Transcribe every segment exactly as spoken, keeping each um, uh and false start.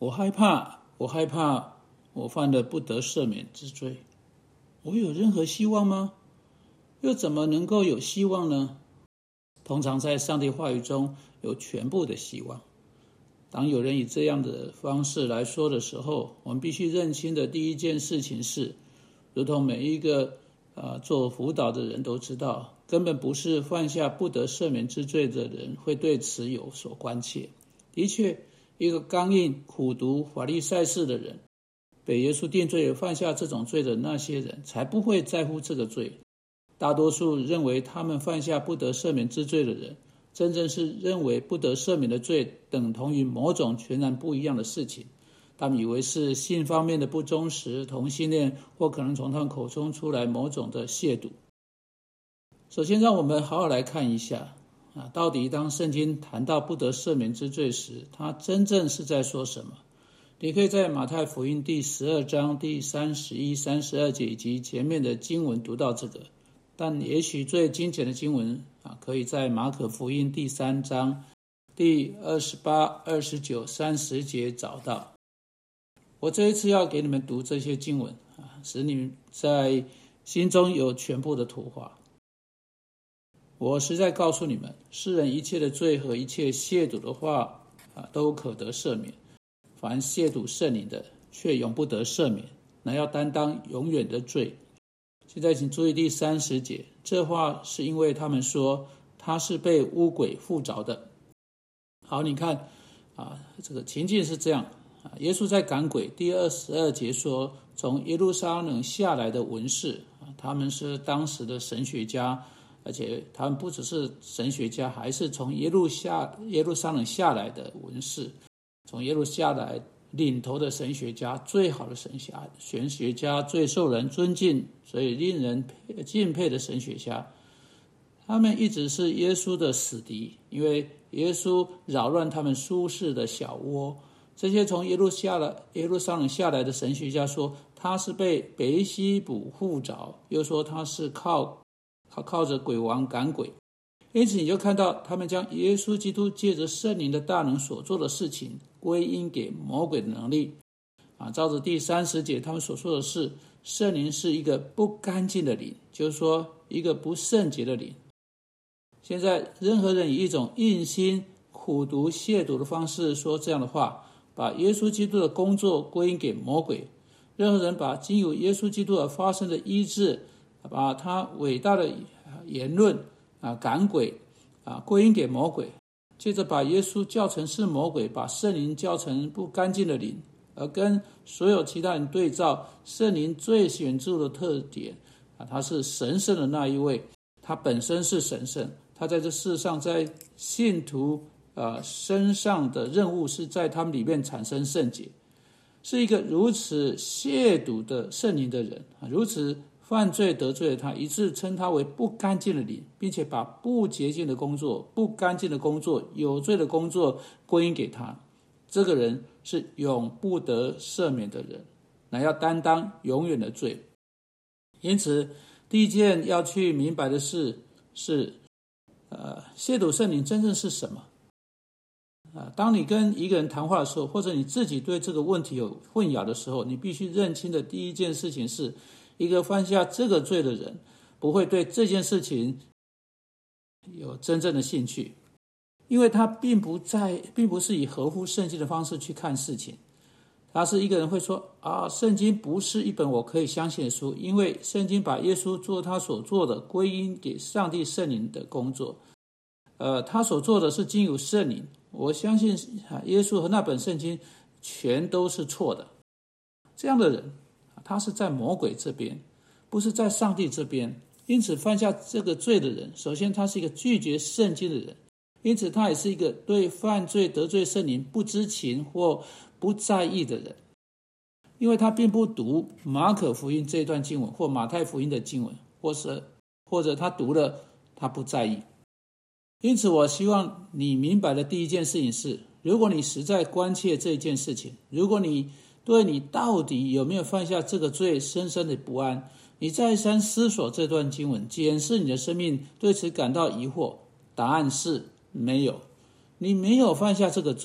我害怕，我害怕我犯了不得赦免之罪。我有任何希望吗？又怎么能够有希望呢？通常在上帝话语中有全部的希望。当有人以这样的方式来说的时候，我们必须认清的第一件事情是，如同每一个、呃、做辅导的人都知道，根本不是犯下不得赦免之罪的人会对此有所关切。的确，一个刚硬、苦毒、法利赛式的人，被耶稣定罪而犯下这种罪的那些人，才不会在乎这个罪。大多数认为他们犯下不得赦免之罪的人，真正是认为不得赦免的罪等同于某种全然不一样的事情。他们以为是性方面的不忠实、同性恋，或可能从他们口中出来某种的亵渎。首先让我们好好来看一下啊，到底当圣经谈到不得赦免之罪时，它真正是在说什么？你可以在马太福音第十二章第三十一、三十二节以及前面的经文读到这个，但也许最精简的经文啊，可以在马可福音第三章第二十八、二十九、三十节找到。我这一次要给你们读这些经文啊，使你们在心中有全部的图画。我实在告诉你们，世人一切的罪和一切亵渎的话啊，都可得赦免。凡亵渎圣灵的，却永不得赦免，乃要担当永远的罪。现在请注意第三十节，这话是因为他们说他是被污鬼附着的。好，你看啊，这个情境是这样啊，耶稣在赶鬼。第二十二节说，从耶路撒冷下来的文士啊，他们是当时的神学家，而且他们不只是神学家，还是从耶路下耶路撒冷下来的文士，从耶路下来领头的神学家，最好的神学神学家，最受人尊敬，所以令人敬佩的神学家。他们一直是耶稣的死敌，因为耶稣扰乱他们舒适的小窝。这些从耶路下来耶路撒冷下来的神学家说，他是被别西卜附着，又说他是靠靠着鬼王赶鬼。因此你就看到他们将耶稣基督借着圣灵的大能所做的事情归因给魔鬼的能力啊。照着第三十节他们所说的是，圣灵是一个不干净的灵，就是说一个不圣洁的灵。现在任何人以一种硬心、苦毒、亵渎的方式说这样的话，把耶稣基督的工作归因给魔鬼。任何人把经由耶稣基督而发生的医治，把他伟大的言论啊，赶鬼啊，归因给魔鬼，接着把耶稣叫成是魔鬼，把圣灵叫成不干净的灵，而跟所有其他人对照，圣灵最显著的特点啊，他是神圣的那一位，他本身是神圣，他在这世上在信徒呃身上的任务是在他们里面产生圣洁，是一个如此亵渎的圣灵的人，如此犯罪得罪了他，以致称他为不干净的灵，并且把不洁净的工作、不干净的工作、有罪的工作归因给他。这个人是永不得赦免的人，乃要担当永远的罪。因此第一件要去明白的事是呃，亵渎圣灵真正是什么、呃、当你跟一个人谈话的时候，或者你自己对这个问题有混淆的时候，你必须认清的第一件事情是，一个犯下这个罪的人不会对这件事情有真正的兴趣，因为他并不在，并不是以合乎圣经的方式去看事情。他是一个人会说啊，圣经不是一本我可以相信的书，因为圣经把耶稣做他所做的归因给上帝圣灵的工作，呃，他所做的是经由圣灵，我相信耶稣和那本圣经全都是错的。这样的人他是在魔鬼这边，不是在上帝这边。因此犯下这个罪的人，首先他是一个拒绝圣经的人，因此他也是一个对犯罪得罪圣灵不知情或不在意的人，因为他并不读马可福音这段经文或马太福音的经文，或是或者他读了他不在意。因此我希望你明白的第一件事情是，如果你实在关切这件事情，如果你对你到底有没有犯下这个罪深深的不安，你再三思索这段经文，检视你的生命，对此感到疑惑，答案是没有。你没有犯下这个罪，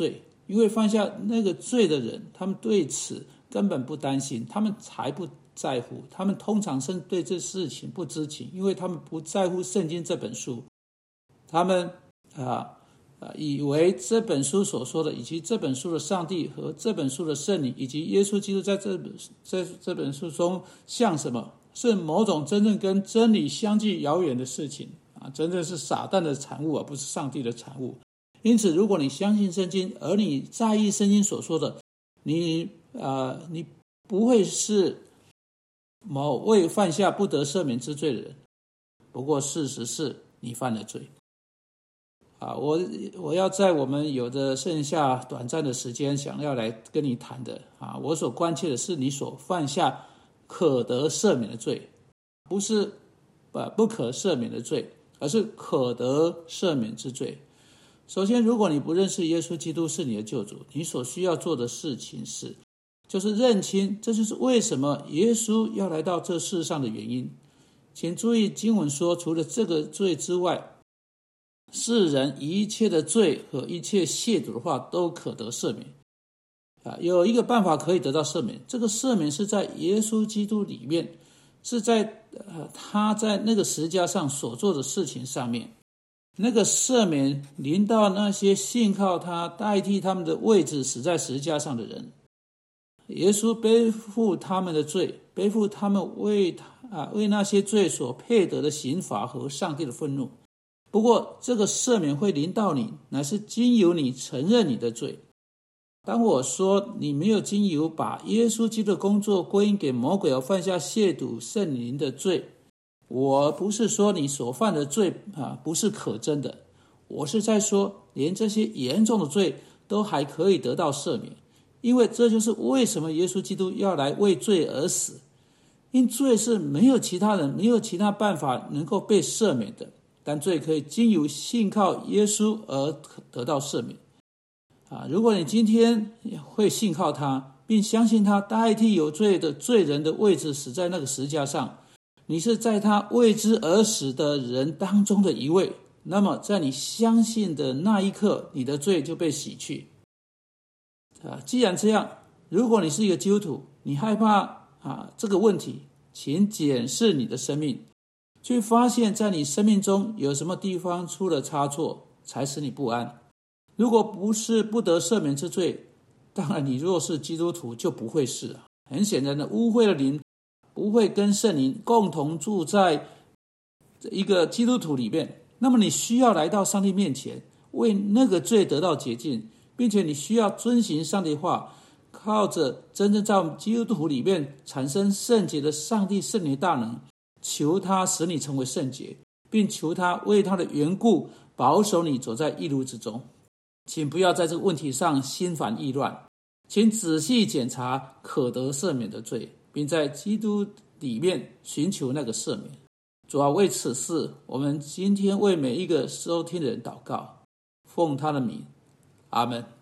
因为犯下那个罪的人，他们对此根本不担心，他们才不在乎，他们通常是对这事情不知情，因为他们不在乎圣经这本书，他们啊啊以为这本书所说的，以及这本书的上帝和这本书的圣灵，以及耶稣基督在这本在这本书中像什么，是某种真正跟真理相距遥远的事情啊，真正是撒旦的产物，而不是上帝的产物。因此，如果你相信圣经，而你在意圣经所说的，你啊、呃，你不会是某位犯下不得赦免之罪的人。不过，事实是你犯了罪。啊，我我要在我们有的剩下短暂的时间，想要来跟你谈的啊，我所关切的是你所犯下可得赦免的罪，不是不不可赦免的罪，而是可得赦免之罪。首先，如果你不认识耶稣基督是你的救主，你所需要做的事情是，就是认清，这就是为什么耶稣要来到这世上的原因。请注意经文说，除了这个罪之外，世人一切的罪和一切亵渎的话都可得赦免。啊，有一个办法可以得到赦免，这个赦免是在耶稣基督里面，是在呃他在那个十字架上所做的事情上面。那个赦免临到那些信靠他代替他们的位置死在十字架上的人，耶稣背负他们的罪，背负他们为他啊为那些罪所配得的刑罚和上帝的愤怒。不过这个赦免会临到你，乃是经由你承认你的罪。当我说你没有经由把耶稣基督的工作归因给魔鬼而犯下亵渎圣灵的罪，我不是说你所犯的罪啊不是可憎的，我是在说连这些严重的罪都还可以得到赦免，因为这就是为什么耶稣基督要来为罪而死。因罪是没有其他人没有其他办法能够被赦免的，但罪可以经由信靠耶稣而得到赦免。啊，如果你今天会信靠他，并相信他代替有罪的罪人的位置死在那个十字架上，你是在他为之而死的人当中的一位，那么在你相信的那一刻，你的罪就被洗去。啊，既然这样，如果你是一个基督徒，你害怕啊这个问题，请检视你的生命，去发现在你生命中有什么地方出了差错，才使你不安。如果不是不得赦免之罪，当然你若是基督徒就不会是啊。很显然的，污秽的灵不会跟圣灵共同住在一个基督徒里面，那么你需要来到上帝面前，为那个罪得到洁净，并且你需要遵行上帝话，靠着真正在基督徒里面产生圣洁的上帝圣灵大能，求他使你成为圣洁，并求他为他的缘故保守你走在义路之中。请不要在这个问题上心烦意乱，请仔细检查可得赦免的罪，并在基督里面寻求那个赦免。主啊，为此事，我们今天为每一个收听的人祷告，奉他的名，阿们。